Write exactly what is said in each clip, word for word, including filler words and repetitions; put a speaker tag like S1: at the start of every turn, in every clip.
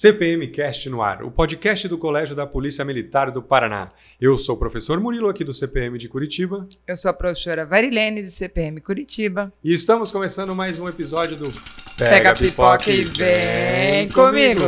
S1: CPMcast no ar, o podcast do Colégio da Polícia Militar do Paraná. Eu sou o professor Murilo, aqui do C P M de Curitiba.
S2: Eu sou a professora Varilene, do C P M Curitiba.
S1: E estamos começando mais um episódio do
S2: Pega, Pega a Pipoca, pipoca e vem comigo!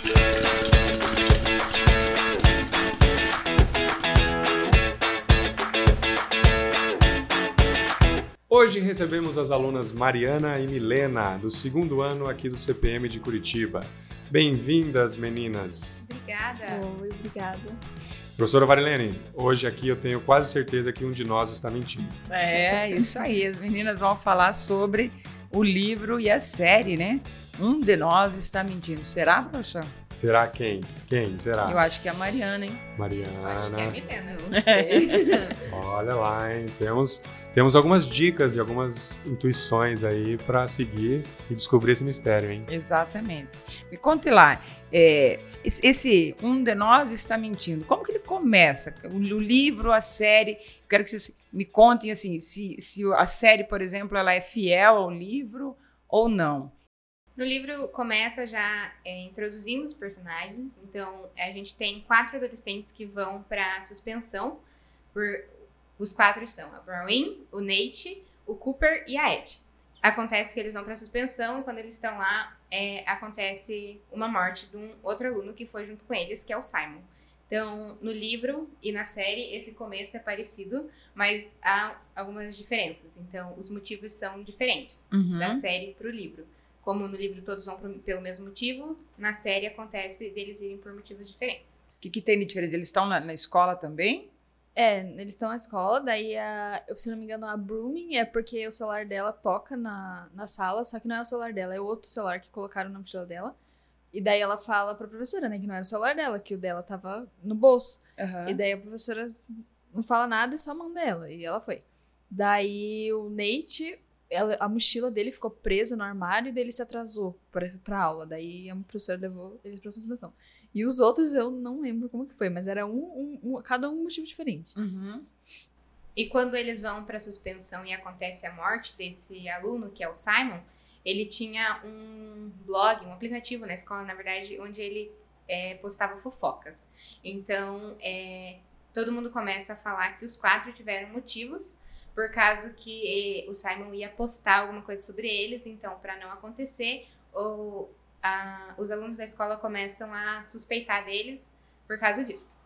S1: Hoje recebemos as alunas Mariana e Milena, do segundo ano aqui do C P M de Curitiba. Bem-vindas, meninas.
S3: Obrigada.
S4: Oi, obrigada.
S1: Professora Varilene, hoje aqui eu tenho quase certeza que um de nós está mentindo.
S2: É, isso aí. As meninas vão falar sobre o livro e a série, né? Um de nós está mentindo. Será, professor?
S1: Será quem? Quem será?
S2: Eu acho que é a Mariana, hein?
S1: Mariana.
S3: Acho que é a Milena, não sei.
S1: Olha lá, hein? Temos, temos algumas dicas e algumas intuições aí para seguir e descobrir esse mistério, hein?
S2: Exatamente. Me conte lá, é, esse, esse Um de Nós está mentindo. Como que ele começa? O, o livro, a série. Eu quero que vocês me contem assim, se, se a série, por exemplo, ela é fiel ao livro ou não.
S3: No livro começa já é, introduzindo os personagens. Então, a gente tem quatro adolescentes que vão para suspensão. Por, os quatro são a Bronwyn, o Nate, o Cooper e a Ed. Acontece que eles vão para suspensão e quando eles estão lá, é, acontece uma morte de um outro aluno que foi junto com eles, que é o Simon. Então, no livro e na série, esse começo é parecido, mas há algumas diferenças. Então, os motivos são diferentes
S2: Uhum.
S3: da série para o livro. Como no livro todos vão pro, pelo mesmo motivo, na série acontece deles irem por motivos diferentes.
S2: O que, que tem de diferente? Eles estão na, na escola também?
S4: É, eles estão na escola, daí, a, eu, se não me engano, a Brooming é porque o celular dela toca na, na sala, só que não é o celular dela, é outro celular que colocaram na mochila dela. E daí ela fala pra professora, né, que não era o celular dela, que o dela tava no bolso.
S2: Uhum.
S4: E daí a professora não fala nada e só manda ela, e ela foi. Daí o Nate... Ela, a mochila dele ficou presa no armário e daí ele se atrasou pra, pra aula. Daí a professora levou eles pra suspensão. E os outros eu não lembro como que foi, mas era um, um, um cada um motivo diferente.
S2: Uhum.
S3: E quando eles vão para suspensão e acontece a morte desse aluno, que é o Simon, ele tinha um blog, um aplicativo na escola, na verdade, onde ele é, postava fofocas. Então, é, todo mundo começa a falar que os quatro tiveram motivos, por causa que o Simon ia postar alguma coisa sobre eles, então, para não acontecer, o, a, os alunos da escola começam a suspeitar deles por causa disso.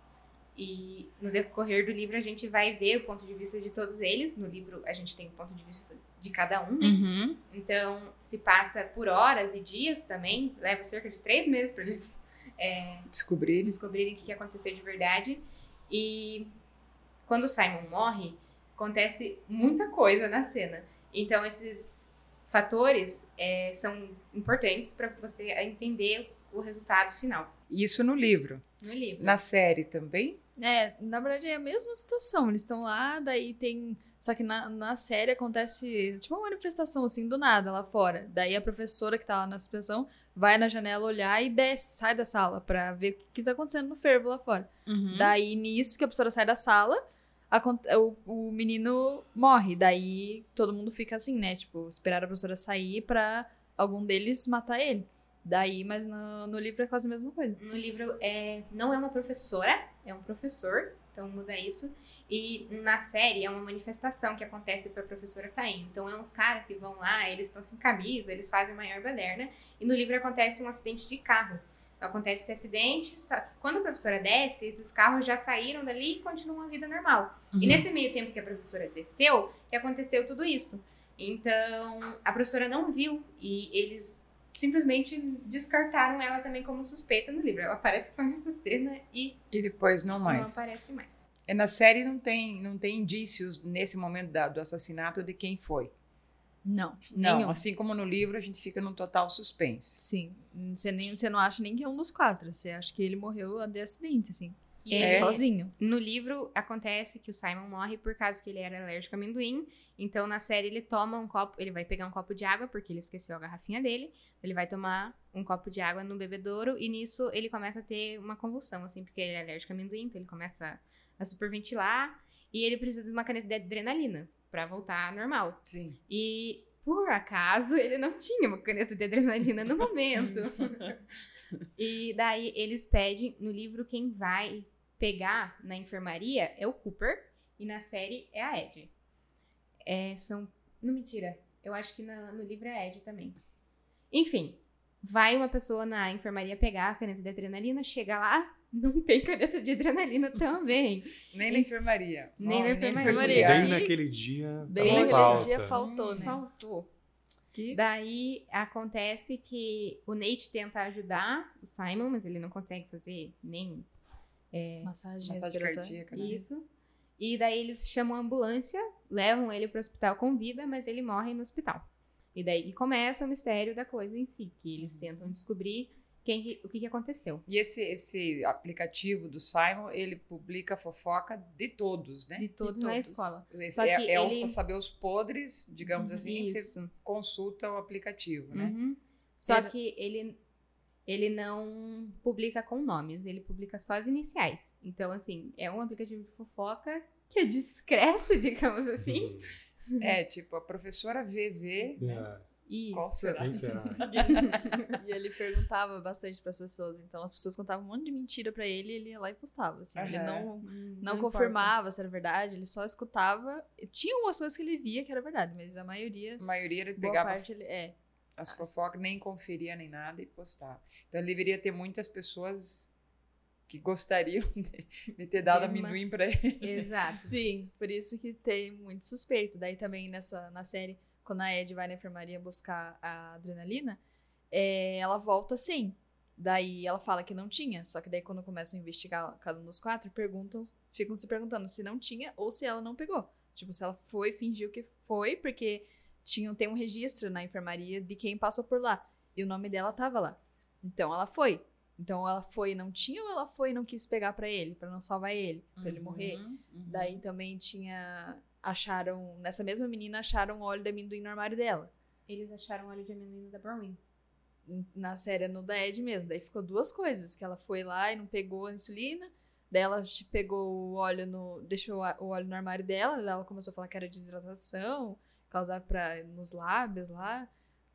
S3: E no decorrer do livro a gente vai ver o ponto de vista de todos eles. No livro a gente tem o ponto de vista de cada um, né?
S2: Uhum.
S3: Então, se passa por horas e dias também, leva cerca de três meses para eles é,
S2: Descobrir.
S3: descobrirem o que aconteceu de verdade. E quando o Simon morre, acontece muita coisa na cena. Então, esses fatores é, são importantes para você entender o resultado final.
S2: Isso no livro.
S3: No livro.
S2: Na série também?
S4: É, na verdade é a mesma situação. Eles estão lá, daí tem... Só que na, na série acontece tipo uma manifestação, assim, do nada, lá fora. Daí a professora que tá lá na suspensão vai na janela olhar e desce, sai da sala pra ver o que tá acontecendo no fervo lá fora.
S2: Uhum.
S4: Daí, nisso que a professora sai da sala... O, o menino morre, daí todo mundo fica assim, né, tipo, esperar a professora sair pra algum deles matar ele. Daí, mas no, no livro é quase a mesma coisa.
S3: No livro é, não é uma professora, é um professor, então muda isso. E na série é uma manifestação que acontece pra professora sair. Então é uns caras que vão lá, eles estão sem camisa, eles fazem maior baderna. E no livro acontece um acidente de carro. Acontece esse acidente, quando a professora desce, esses carros já saíram dali e continuam a vida normal. Uhum. E nesse meio tempo que a professora desceu, que aconteceu tudo isso. Então, a professora não viu e eles simplesmente descartaram ela também como suspeita no livro. Ela aparece só nessa cena e,
S2: e depois não mais.
S3: Não aparece mais.
S2: E na série não tem, não tem indícios nesse momento da, do assassinato de quem foi?
S4: Não,
S2: não.
S4: Nenhum.
S2: Assim como no livro, a gente fica num total suspense.
S4: Sim. Você, nem, você não acha nem que é um dos quatro. Você acha que ele morreu de acidente, assim.
S3: É,
S4: sozinho.
S3: No livro, acontece que o Simon morre por causa que ele era alérgico a amendoim. Então, na série, ele toma um copo... Ele vai pegar um copo de água, porque ele esqueceu a garrafinha dele. Ele vai tomar um copo de água no bebedouro. E nisso, ele começa a ter uma convulsão, assim, porque ele é alérgico a amendoim. Então, ele começa a superventilar. E ele precisa de uma caneta de adrenalina pra voltar ao normal.
S2: Sim.
S3: E, por acaso, ele não tinha uma caneta de adrenalina no momento. E daí eles pedem, no livro, quem vai pegar na enfermaria é o Cooper e na série é a Ed. É, são... Não, mentira. Eu acho que na, no livro é a Ed também. Enfim, vai uma pessoa na enfermaria pegar a caneta de adrenalina, chega lá, não tem caneta de adrenalina também.
S2: Nem na enfermaria.
S3: Nem
S2: Nossa,
S3: na enfermaria.
S2: peculiar.
S1: Bem naquele dia,
S4: Bem
S1: tava
S4: naquele
S1: falta.
S4: dia faltou, né?
S3: Faltou.
S4: Que...
S3: Daí acontece que o Nate tenta ajudar o Simon, mas ele não consegue fazer nem
S4: Massagem,
S2: Massagem
S4: respiratória.
S2: cardíaca, né?
S3: isso. E daí eles chamam a ambulância, levam ele pro hospital com vida, mas ele morre no hospital. E daí que começa o mistério da coisa em si, que eles tentam descobrir quem, que- o que, que aconteceu.
S2: E esse, esse aplicativo do Simon, ele publica fofoca de todos, né?
S3: De todos,
S4: De
S3: na
S4: todos.
S3: escola.
S2: Esse
S3: Só
S2: é,
S3: que
S2: é um
S3: ele-
S2: pra saber os podres, digamos assim, que você
S3: Isso.
S2: consulta o aplicativo, né?
S3: Uhum. Só
S4: Ele-
S3: que ele, ele não publica com nomes, ele publica só as iniciais. Então, assim, é um aplicativo de fofoca que é discreto, digamos assim.
S2: É, tipo, a professora V V, né?
S1: É,
S3: Isso.
S2: Qual será?
S1: quem será?
S4: E ele perguntava bastante pras pessoas. Então as pessoas contavam um monte de mentira pra ele e ele ia lá e postava. Assim. Ele
S2: Aham.
S4: não,
S3: Hum,
S4: não,
S3: importa.
S4: confirmava se era verdade, ele só escutava. Tinha umas coisas que ele via que era verdade, mas a maioria,
S2: A maioria ele
S4: boa
S2: pegava
S4: parte, ele é.
S2: as fofocas, nem conferia nem nada e postava. Então ele deveria ter muitas pessoas que gostariam de, de ter dado
S3: Deu uma-
S2: amendoim pra ele.
S3: Exato.
S4: Sim, por isso que tem muito suspeito. Daí também nessa, na série, quando a Ed vai na enfermaria buscar a adrenalina, é, ela volta sem. Daí ela fala que não tinha. Só que daí quando começam a investigar cada um dos quatro, perguntam, ficam se perguntando se não tinha ou se ela não pegou. Tipo, se ela foi, fingiu que foi, porque tinham, tem um registro na enfermaria de quem passou por lá. E o nome dela tava lá. Então ela foi. Então ela foi e não tinha ou ela foi e não quis pegar pra ele, pra não salvar ele, pra ele morrer.
S2: Uhum, uhum.
S4: Daí também tinha. Acharam. Nessa mesma menina, acharam óleo de amendoim no armário dela.
S3: Eles acharam óleo de amendoim da Bronwyn.
S4: Na série no da Ed mesmo. Daí ficou duas coisas: que ela foi lá e não pegou a insulina. Daí ela te- pegou o óleo no. Deixou a- o óleo no armário dela. Daí ela começou a falar que era desidratação, causar pra, nos lábios lá.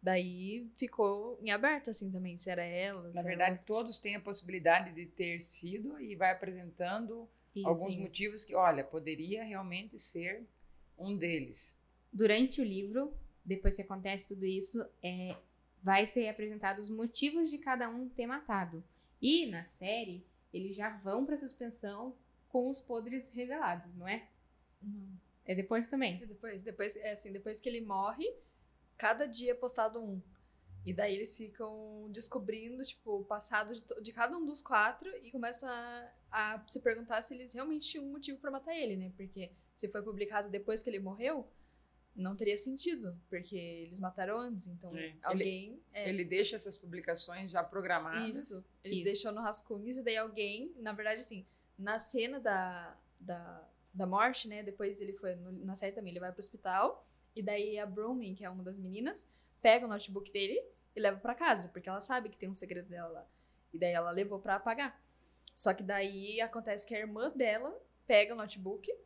S4: Daí ficou em aberto, assim, também, se era ela. se
S2: Na
S4: era
S2: verdade, todos têm a possibilidade de ter sido e vai apresentando
S3: Isso.
S2: alguns motivos que, olha, poderia realmente ser um deles.
S3: Durante o livro, depois que acontece tudo isso, é, vai ser apresentado os motivos de cada um ter matado. E na série, eles já vão pra suspensão com os podres revelados, não é?
S4: Não.
S3: É depois também.
S4: E depois, depois, é assim, depois que ele morre, cada dia é postado um. E daí eles ficam descobrindo, tipo, o passado de, to- de cada um dos quatro e começam a, a se perguntar se eles realmente tinham um motivo pra matar ele, né? Porque se foi publicado depois que ele morreu, não teria sentido, porque eles mataram antes. Então,
S2: É.
S4: alguém... é,
S2: Ele deixa essas publicações já programadas.
S4: isso. Ele
S3: Isso.
S4: deixou no rascunhos e daí alguém, na verdade, assim, na cena da, da, da morte, né? Depois ele foi, no- na série também, ele vai pro hospital e daí a Broomin, que é uma das meninas, pega o notebook dele e leva pra casa, porque ela sabe que tem um segredo dela lá. E daí ela levou pra apagar. Só que daí acontece que a irmã dela pega o notebook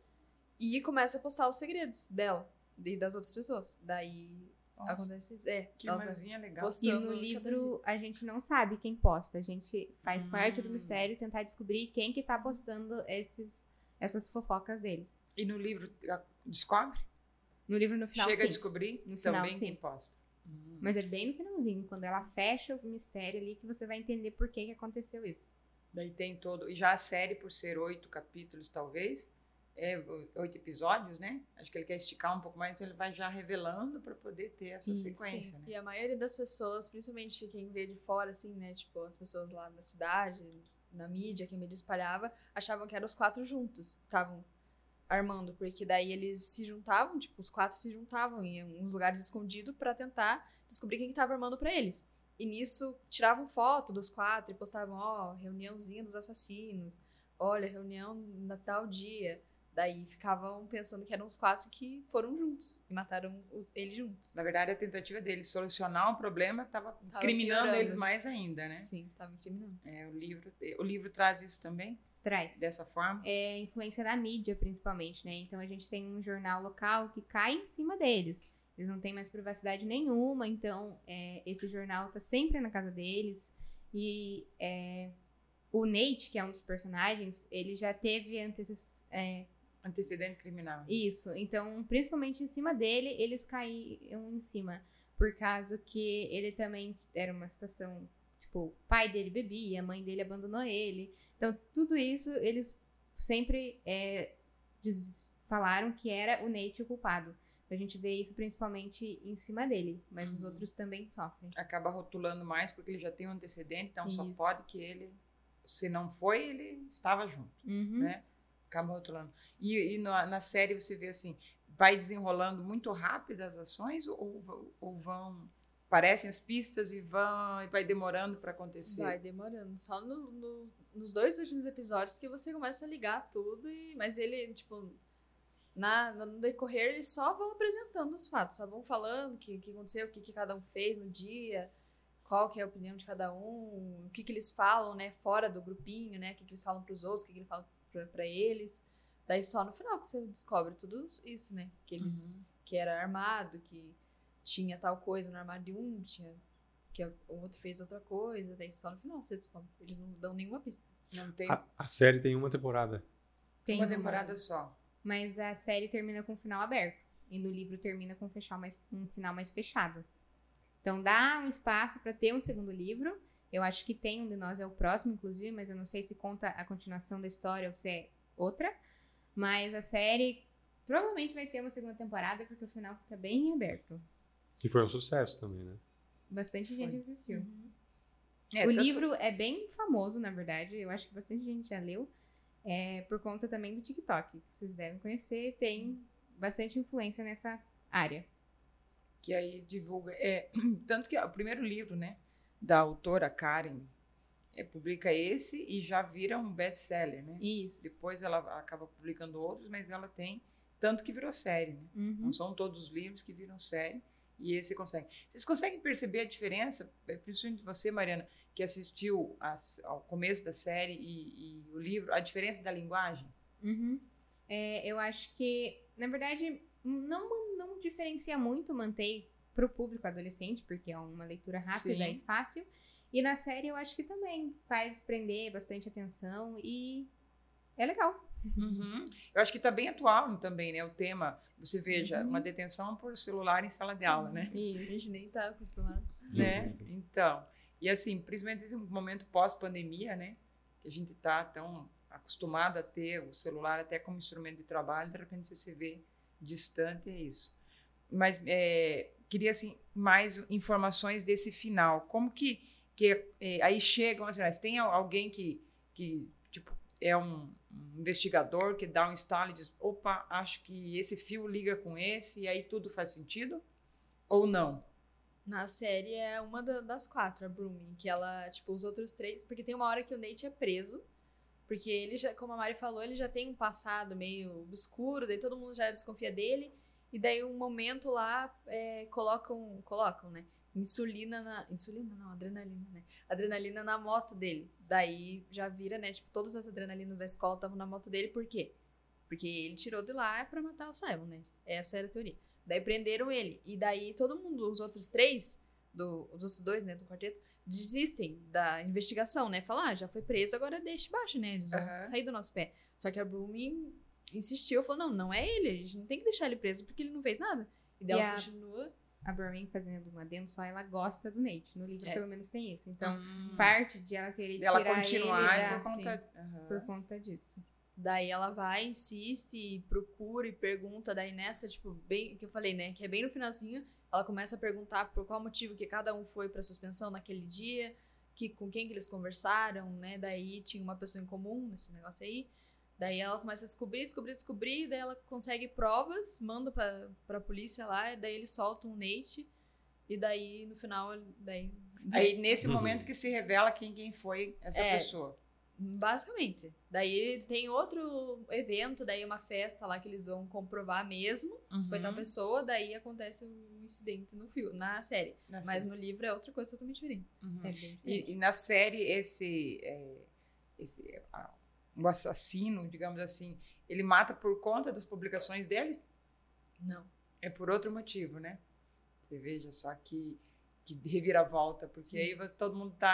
S4: e começa a postar os segredos dela e das outras pessoas. Daí
S2: Nossa,
S4: acontece isso. É,
S2: que
S4: ela vai
S2: irmãzinha legal.
S4: postando
S3: E no
S4: cada
S3: livro, a gente não sabe quem posta. A gente faz
S2: Hum.
S3: parte do mistério tentar descobrir quem que tá postando esses, essas fofocas deles.
S2: E no livro ah, descobre?
S3: No livro, no final,
S2: Chega a
S3: sim.
S2: descobrir
S3: No final,
S2: também
S3: sim.
S2: quem posta. Hum.
S3: Mas é bem no finalzinho, quando ela fecha o mistério ali, que você vai entender por que, que aconteceu isso.
S2: Daí tem todo. E já a série, por ser oito capítulos, talvez, é, oito episódios, né? Acho que ele quer esticar um pouco mais, ele vai já revelando para poder ter essa
S3: Isso,
S2: sequência,
S4: Sim,
S2: né?
S4: e a maioria das pessoas, principalmente quem vê de fora, assim, né? Tipo, as pessoas lá na cidade, na mídia, quem me espalhava, achavam que eram os quatro juntos, estavam armando, porque daí eles se juntavam, tipo, os quatro se juntavam em uns lugares escondidos pra tentar descobrir quem que tava armando pra eles. E nisso, tiravam foto dos quatro e postavam, ó, reuniãozinha dos assassinos, olha, reunião na tal dia. Daí ficavam pensando que eram os quatro que foram juntos e mataram o- ele juntos.
S2: Na verdade, a tentativa deles solucionar um problema estava
S4: Tava
S2: incriminando
S4: piorando.
S2: eles mais ainda, né?
S4: Sim, tava incriminando.
S2: É, o livro, o livro traz isso também,
S3: Traz.
S2: dessa forma.
S3: É influência da mídia, principalmente, né? Então a gente tem um jornal local que cai em cima deles. Eles não têm mais privacidade nenhuma, então é, esse jornal tá sempre na casa deles. E é, o Nate, que é um dos personagens, ele já teve antes, é,
S2: Antecedente criminal.
S3: isso. Então, principalmente em cima dele, eles caíram em cima. Por causa que ele também era uma situação, tipo, o pai dele bebia, a mãe dele abandonou ele. Então, tudo isso, eles sempre é, diz, falaram que era o Nate o culpado. A gente vê isso principalmente em cima dele, mas os
S2: Uhum.
S3: outros também sofrem.
S2: Acaba rotulando mais porque ele já tem um antecedente, então só
S3: Isso.
S2: pode que ele, se não foi, ele estava junto,
S3: Uhum.
S2: né? Acaba rotulando. E, e na, na série você vê assim, vai desenrolando muito rápido as ações ou, ou vão, parecem as pistas e vão, e vai demorando para acontecer?
S4: Vai demorando. Só no- no- nos dois últimos episódios que você começa a ligar tudo, e, mas ele, tipo, na, no decorrer, eles só vão apresentando os fatos, só vão falando o que, que aconteceu, o que, que cada um fez no dia, qual que é a opinião de cada um, o que, que eles falam, né, fora do grupinho, né, o que, que eles falam pros outros, o que, que eles falam pra, pra eles. Daí só no final que você descobre tudo isso, né, que eles,
S2: Uhum.
S4: que era armado, que tinha tal coisa no armário de um, tinha, que o outro fez outra coisa, daí só no final você descobre. Eles não dão nenhuma pista.
S2: Não tem
S1: A, a série tem uma temporada.
S3: Tem
S2: uma temporada só.
S3: Mas a série termina com um final aberto. E no livro termina com um, fechar mais, um final mais fechado. Então dá um espaço para ter um segundo livro. Eu acho que tem, um de nós é o próximo, inclusive, mas eu não sei se conta a continuação da história ou se é outra. Mas a série provavelmente vai ter uma segunda temporada, porque o final fica bem aberto.
S1: E foi um sucesso também, né?
S3: Bastante
S2: Foi.
S3: gente assistiu.
S2: É,
S3: o
S2: tanto-
S3: livro é bem famoso, na verdade. Eu acho que bastante gente já leu. É, por conta também do TikTok, que vocês devem conhecer. Tem bastante influência nessa área.
S2: que aí divulga. É, tanto que o primeiro livro, né, da autora Karen, é, publica esse e já vira um best-seller, né?
S3: Isso.
S2: Depois ela acaba publicando outros, mas ela tem tanto que virou série, né?
S3: Uhum.
S2: Não são todos os livros que viram série e esse consegue. Vocês conseguem perceber a diferença, principalmente você, Mariana, que assistiu as, ao começo da série e, e o livro, a diferença da linguagem?
S3: Uhum. É, eu acho que, na verdade, não, não diferencia muito, mantém para o público adolescente, porque é uma leitura rápida
S2: Sim.
S3: e fácil. E na série eu acho que também faz prender bastante atenção e é legal.
S2: Uhum. Eu acho que está bem atual também, né? O tema, você veja,
S3: Uhum.
S2: uma detenção por celular em sala de aula, né?
S4: A gente nem tá acostumado.
S2: né? Então, e assim, principalmente no momento pós-pandemia, né? Que a gente está tão acostumado a ter o celular até como instrumento de trabalho, de repente você se vê distante, é isso. Mas é, queria, assim, mais informações desse final. Como que, que é, aí chegam as finais? Tem alguém que, que tipo, é um, um investigador que dá um estalo e diz, opa, acho que esse fio liga com esse e aí tudo faz sentido? Ou não?
S4: Na série é uma da- das quatro, a Broomy, que ela, tipo, os outros três... Porque tem uma hora que o Nate é preso, porque ele já, como a Mari falou, ele já tem um passado meio obscuro, daí todo mundo já desconfia dele, e daí um momento lá é, colocam, colocam, né, insulina na... Insulina não, adrenalina, né? Adrenalina na moto dele. Daí já vira, né, tipo, todas as adrenalinas da escola estavam na moto dele, por quê? Porque ele tirou de lá pra matar o Simon, né? Essa era a teoria. Daí prenderam ele. E daí todo mundo, os outros três, do, os outros dois, né, do quarteto, desistem da investigação, né? Falam, ah, já foi preso, agora deixa baixo, né? Eles vão
S2: Aham.
S4: sair do nosso pé. Só que a Broomy insistiu, falou, não, não é ele, a gente não tem que deixar ele preso porque ele não fez nada. E daí
S3: E
S4: ela
S3: a-
S4: continua.
S3: A Broomy, fazendo um adendo só, ela gosta do Nate. No livro,
S4: É.
S3: pelo menos, tem isso. Então,
S2: Hum.
S3: parte de ela querer
S2: Dela
S3: tirar
S2: continuar
S3: ele da,
S2: por conta... Aham.
S3: por conta disso.
S4: Daí ela vai, insiste, e procura e pergunta. Daí nessa, tipo, bem que eu falei, né? Que é bem no finalzinho, ela começa a perguntar por qual motivo que cada um foi pra suspensão naquele dia, que, com quem que eles conversaram, né? Daí tinha uma pessoa em comum nesse negócio aí. Daí ela começa a descobrir, descobrir, descobrir. Daí ela consegue provas, manda pra, pra polícia lá. E daí eles soltam o Nate. E daí, no final, daí...
S2: Aí, nesse
S1: Uhum.
S2: momento que se revela quem, quem foi essa
S4: É.
S2: pessoa.
S4: Basicamente. Daí tem outro evento, daí uma festa lá que eles vão comprovar mesmo se foi
S2: Uhum.
S4: tal pessoa, daí acontece um incidente no filme, na série.
S2: Na
S4: Mas
S2: série.
S4: no livro é outra coisa totalmente diferente.
S2: Uhum.
S3: É bem diferente.
S2: E, e na série, esse, é, esse ah, o assassino, digamos assim, ele mata por conta das publicações dele?
S4: Não.
S2: É por outro motivo, né? Você veja só que, que reviravolta, porque
S4: Sim.
S2: aí todo mundo tá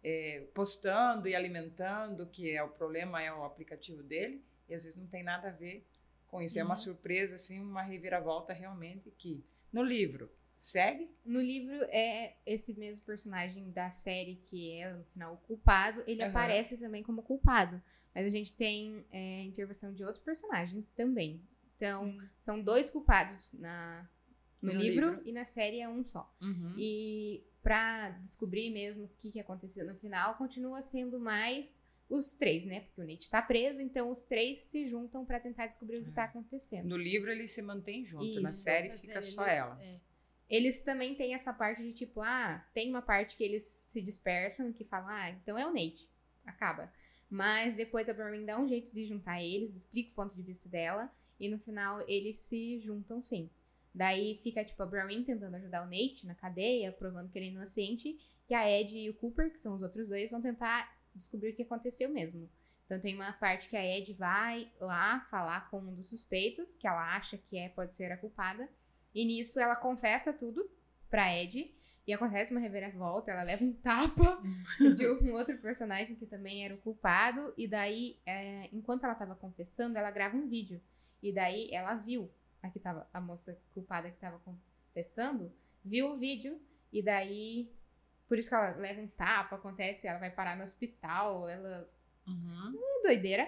S2: é, postando e alimentando, que é o problema, é o aplicativo dele, e às vezes não tem nada a ver com isso. Uhum. É uma surpresa, assim, uma reviravolta realmente que, no livro, segue?
S3: No livro, é esse mesmo personagem da série, que é, no final, o culpado, ele uhum. aparece também como culpado. Mas a gente tem é, intervenção de outro personagem também. Então, uhum. são dois culpados na, no, no livro, livro e na série é um só.
S2: Uhum.
S3: E pra descobrir mesmo o que, que aconteceu no final, continua sendo mais os três, né? Porque o Nate tá preso, então os três se juntam pra tentar descobrir o que tá acontecendo.
S2: No livro, eles se mantêm juntos,
S3: Isso,
S2: na série fica só eles, ela.
S3: É. Eles também têm essa parte de tipo, ah, tem uma parte que eles se dispersam, que falam, ah, então é o Nate, acaba. Mas depois a Bronwyn dá um jeito de juntar eles, explica o ponto de vista dela, e no final eles se juntam sim. Daí fica, tipo, a Bronwyn tentando ajudar o Nate na cadeia, provando que ele é inocente, e a Ed e o Cooper, que são os outros dois, vão tentar descobrir o que aconteceu mesmo. Então tem uma parte que a Ed vai lá falar com um dos suspeitos, que ela acha que é, pode ser a culpada, e nisso ela confessa tudo pra Ed, e acontece uma reviravolta, ela leva um tapa de um outro personagem que também era o culpado, e daí, é, enquanto ela tava confessando, ela grava um vídeo, e daí ela viu a que tava, a moça culpada que tava confessando, viu o vídeo, e daí, por isso que ela leva um tapa, acontece, ela vai parar no hospital, ela...
S2: Uhum.
S3: É doideira.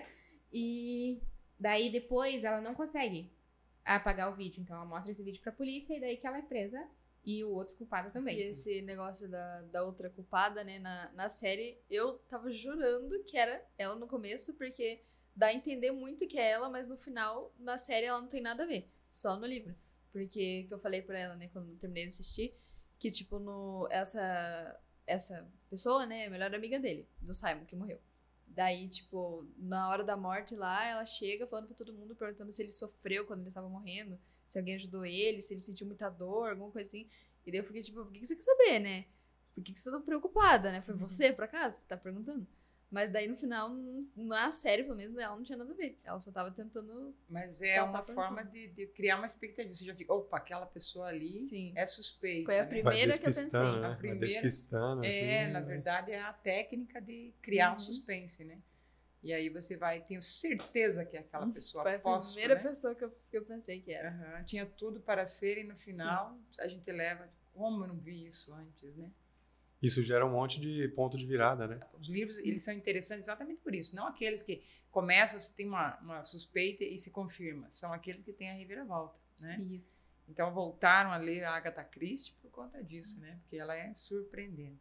S3: E daí, depois, ela não consegue apagar o vídeo, então ela mostra esse vídeo pra polícia, e daí que ela é presa, e o outro culpado também.
S4: E esse negócio da, da outra culpada, né, na, na série, eu tava jurando que era ela no começo, porque dá a entender muito que é ela, mas no final, na série, ela não tem nada a ver. Só no livro. Porque, que eu falei pra ela, né, quando eu terminei de assistir, que, tipo, no, essa, essa pessoa, né, é a melhor amiga dele, do Simon, que morreu. Daí, tipo, na hora da morte lá, ela chega falando pra todo mundo, perguntando se ele sofreu quando ele estava morrendo, se alguém ajudou ele, se ele sentiu muita dor, alguma coisa assim. E daí eu fiquei, tipo, por que você quer saber, né? Por que você tá preocupada, né? Foi você, por acaso, que tá perguntando? Mas daí, no final, na série, pelo menos, ela não tinha nada a ver. Ela só tava tentando...
S2: Mas é uma forma de, de criar uma expectativa. Você já fica, opa, aquela pessoa ali
S4: Sim.
S2: é suspeita.
S4: Foi a
S2: né?
S4: primeira que eu pensei.
S1: Né?
S2: A primeira,
S1: vai despistando, assim.
S2: É, na
S1: né?
S2: verdade, é a técnica de criar
S4: Uhum.
S2: um suspense, né? E aí você vai, tenho certeza que é aquela pessoa.
S4: Foi a
S2: aposto,
S4: primeira
S2: né?
S4: pessoa que eu, que eu pensei que era.
S2: Uhum. Tinha tudo para ser e no final Sim. a gente leva, como eu não vi isso antes, né?
S1: Isso gera um monte de ponto de virada, né?
S2: Os livros, eles são interessantes exatamente por isso. Não aqueles que começam, você tem uma, uma suspeita e se confirma. São aqueles que têm a reviravolta, né?
S3: Isso.
S2: Então, voltaram a ler a Agatha Christie por conta disso, né? Porque ela é surpreendente.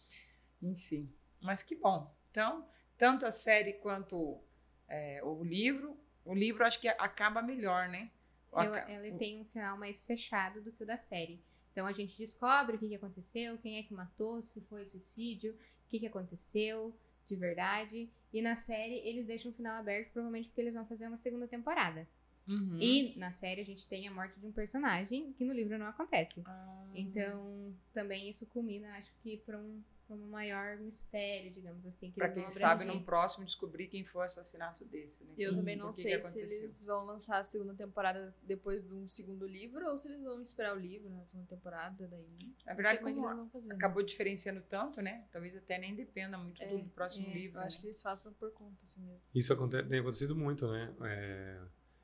S2: Enfim, mas que bom. Então, tanto a série quanto é, o livro, o livro acho que acaba melhor, né?
S3: Eu, ela tem um final mais fechado do que o da série. Então a gente descobre o que, que aconteceu, quem é que matou, se foi suicídio, o que, que aconteceu de verdade. E na série eles deixam o final aberto, provavelmente porque eles vão fazer uma segunda temporada.
S2: Uhum.
S3: E na série a gente tem a morte de um personagem que no livro não acontece.
S2: Ah.
S3: Então também isso culmina, acho que, para um, pra um maior mistério, digamos assim.
S2: Para quem sabe, no próximo descobrir quem foi o assassinato desse, né?
S4: Eu
S2: e
S4: também não
S2: que
S4: sei
S2: que
S4: se eles vão lançar a segunda temporada depois de um segundo livro ou se eles vão esperar o livro na segunda temporada. Daí,
S2: na verdade,
S4: como,
S2: como
S4: é eles vão fazer,
S2: acabou né? diferenciando tanto, né? Talvez até nem dependa muito
S4: é,
S2: do próximo
S4: é,
S2: livro.
S4: Eu
S2: né?
S4: acho que eles façam por conta, assim mesmo.
S1: Isso acontece, tem acontecido muito, né? É,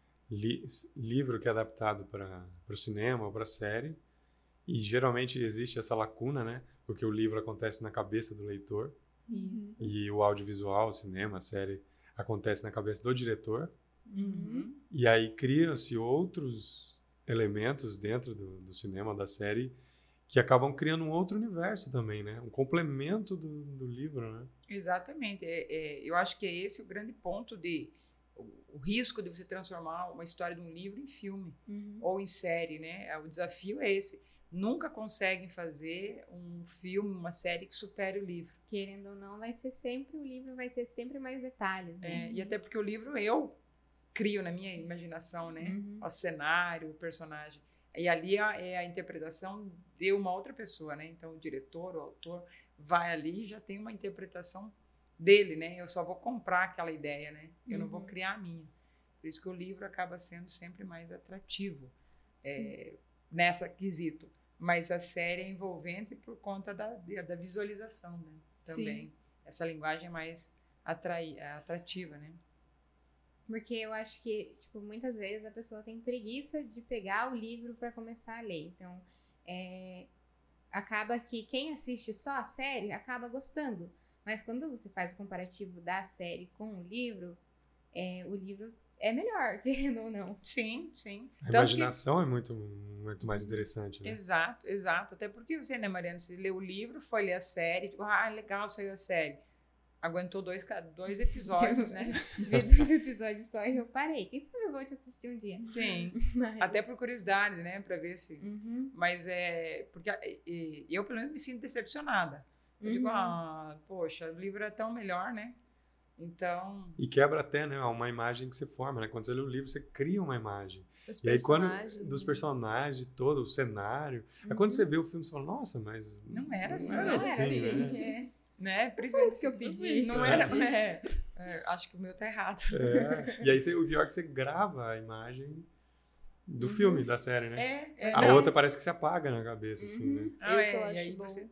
S1: li, livro que é adaptado para o cinema ou para a série. E geralmente existe essa lacuna, né? Porque o livro acontece na cabeça do leitor.
S3: Isso.
S1: E o audiovisual, o cinema, a série, acontece na cabeça do diretor.
S2: Uhum.
S1: E aí criam-se outros elementos dentro do, do cinema, da série, que acabam criando um outro universo também, né? Um complemento do, do livro, né?
S2: Exatamente. É, é, eu acho que é esse o grande ponto de... O, o risco de você transformar uma história de um livro em filme.
S3: Uhum.
S2: Ou em série, né? O desafio é esse. Nunca conseguem fazer um filme, uma série que supere o livro.
S3: Querendo ou não, vai ser sempre, o livro vai ter sempre mais detalhes, né?
S2: É, e até porque o livro eu crio na minha imaginação, né?
S3: Uhum.
S2: O cenário, o personagem. E ali é a, é a interpretação de uma outra pessoa, né? Então o diretor, o autor, vai ali e já tem uma interpretação dele, né? Eu só vou comprar aquela ideia, né? Eu uhum. não vou criar a minha. Por isso que o livro acaba sendo sempre mais atrativo é, nessa quesito. Mas a série é envolvente por conta da, da visualização, né? Também.
S4: Sim.
S2: essa linguagem é mais atrai, atrativa, né?
S3: Porque eu acho que, tipo, muitas vezes a pessoa tem preguiça de pegar o livro para começar a ler. Então, é, acaba que quem assiste só a série acaba gostando. Mas quando você faz o comparativo da série com o livro, é, o livro é melhor, querendo ou não.
S2: Sim, sim.
S1: A
S2: Tanto
S1: imaginação que... é muito, muito mais interessante, né?
S2: Exato, exato. Até porque você, né, Mariana, você leu o livro, foi ler a série, tipo, ah, legal, saiu a série. Aguentou dois, dois episódios, né?
S3: Vi dois episódios só e eu parei. Quem sabe eu vou te assistir um dia.
S2: Sim.
S3: Mas...
S2: Até por curiosidade, né? Pra ver se...
S3: Uhum.
S2: Mas é... Porque e, eu, pelo menos, me sinto decepcionada. Eu
S3: Uhum.
S2: digo, ah, poxa, o livro é tão melhor, né? Então...
S1: E quebra até, né? Uma imagem que você forma, né? Quando você lê o livro, você cria uma imagem.
S4: Os
S1: E aí, quando...
S4: personagens,
S1: Dos
S4: né?
S1: personagens, todo o cenário.
S3: Uhum.
S1: Aí, quando você vê o filme, você fala, nossa, mas...
S2: Não era assim.
S1: Não era
S3: Não
S1: assim,
S3: era
S1: né?
S3: assim.
S2: É. Né?
S3: Foi isso que eu pedi.
S2: Não
S1: É.
S2: era, né? É, acho que o meu tá errado.
S1: É. E aí, você, o pior é que você grava a imagem do
S3: Uhum.
S1: filme, da série, né?
S2: É, é.
S1: A
S3: Não.
S1: outra parece que se apaga na cabeça, assim,
S3: Uhum.
S1: né?
S2: Ah,
S4: E o
S2: é,
S4: que eu
S2: e
S4: acho
S2: aí
S4: bom
S2: você...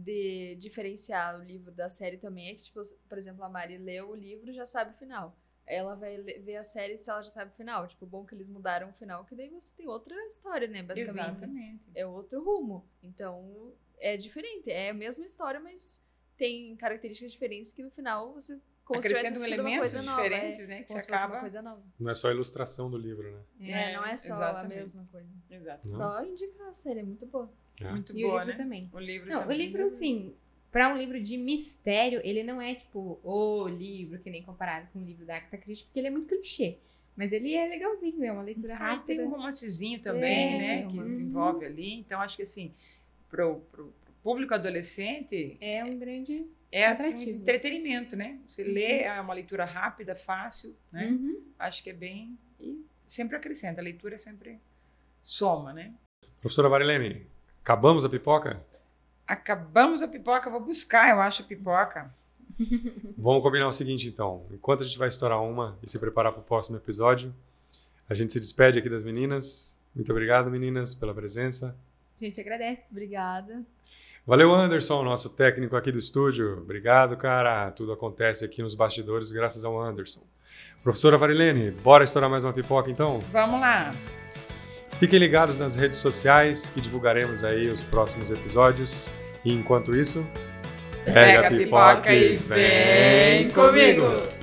S4: de diferenciar o livro da série também é que, tipo, por exemplo, a Mari leu o livro e já sabe o final. Ela vai ler- ver a série se ela já sabe o final. Tipo, bom que eles mudaram o final, que daí você tem outra história, né? Basicamente.
S2: Exatamente.
S4: É outro rumo. Então, é diferente. É a mesma história, mas tem características diferentes que no final você como se tivesse
S2: Acrescentam
S4: assistido uma
S2: elementos
S4: coisa nova.
S2: diferentes,
S4: é,
S2: né? Que
S4: como
S2: você
S4: se fosse
S2: acaba...
S4: uma coisa nova.
S1: Não é só a ilustração do livro, né?
S4: É, não é só
S2: exatamente.
S4: a mesma coisa.
S2: Exato.
S1: Não?
S4: Só indicar a série, é muito boa.
S1: É.
S2: Muito
S3: E o
S2: boa,
S3: livro
S2: né?
S3: também.
S2: O livro
S3: Não,
S2: também.
S3: o livro, assim, pra um livro de mistério, ele não é, tipo, o livro, que nem comparado com o livro da Agatha Christie, porque ele é muito clichê. Mas ele é legalzinho, é uma leitura
S2: Ah,
S3: rápida.
S2: tem um romancezinho também,
S3: É,
S2: né? Que
S3: romance.
S2: desenvolve ali. Então, acho que, assim, pro, pro, pro público adolescente,
S3: É um grande...
S2: é, assim,
S3: Atrativo.
S2: entretenimento, né? Você lê, é uma leitura rápida, fácil, né?
S3: Uhum.
S2: Acho que é bem... E sempre acrescenta. A leitura sempre soma, né?
S1: Professora Varilene, acabamos a pipoca?
S2: Acabamos a pipoca, vou buscar, eu acho, a pipoca.
S1: Vamos combinar o seguinte, então. Enquanto a gente vai estourar uma e se preparar para o próximo episódio, a gente se despede aqui das meninas. Muito obrigado, meninas, pela presença.
S3: A gente agradece.
S4: Obrigada.
S1: Valeu, Anderson, nosso técnico aqui do estúdio. Obrigado, cara. Tudo acontece aqui nos bastidores graças ao Anderson. Professora Varilene, bora estourar mais uma pipoca, então?
S2: Vamos lá.
S1: Fiquem ligados nas redes sociais que divulgaremos aí os próximos episódios. E enquanto isso,
S2: Pega a pipoca e vem comigo!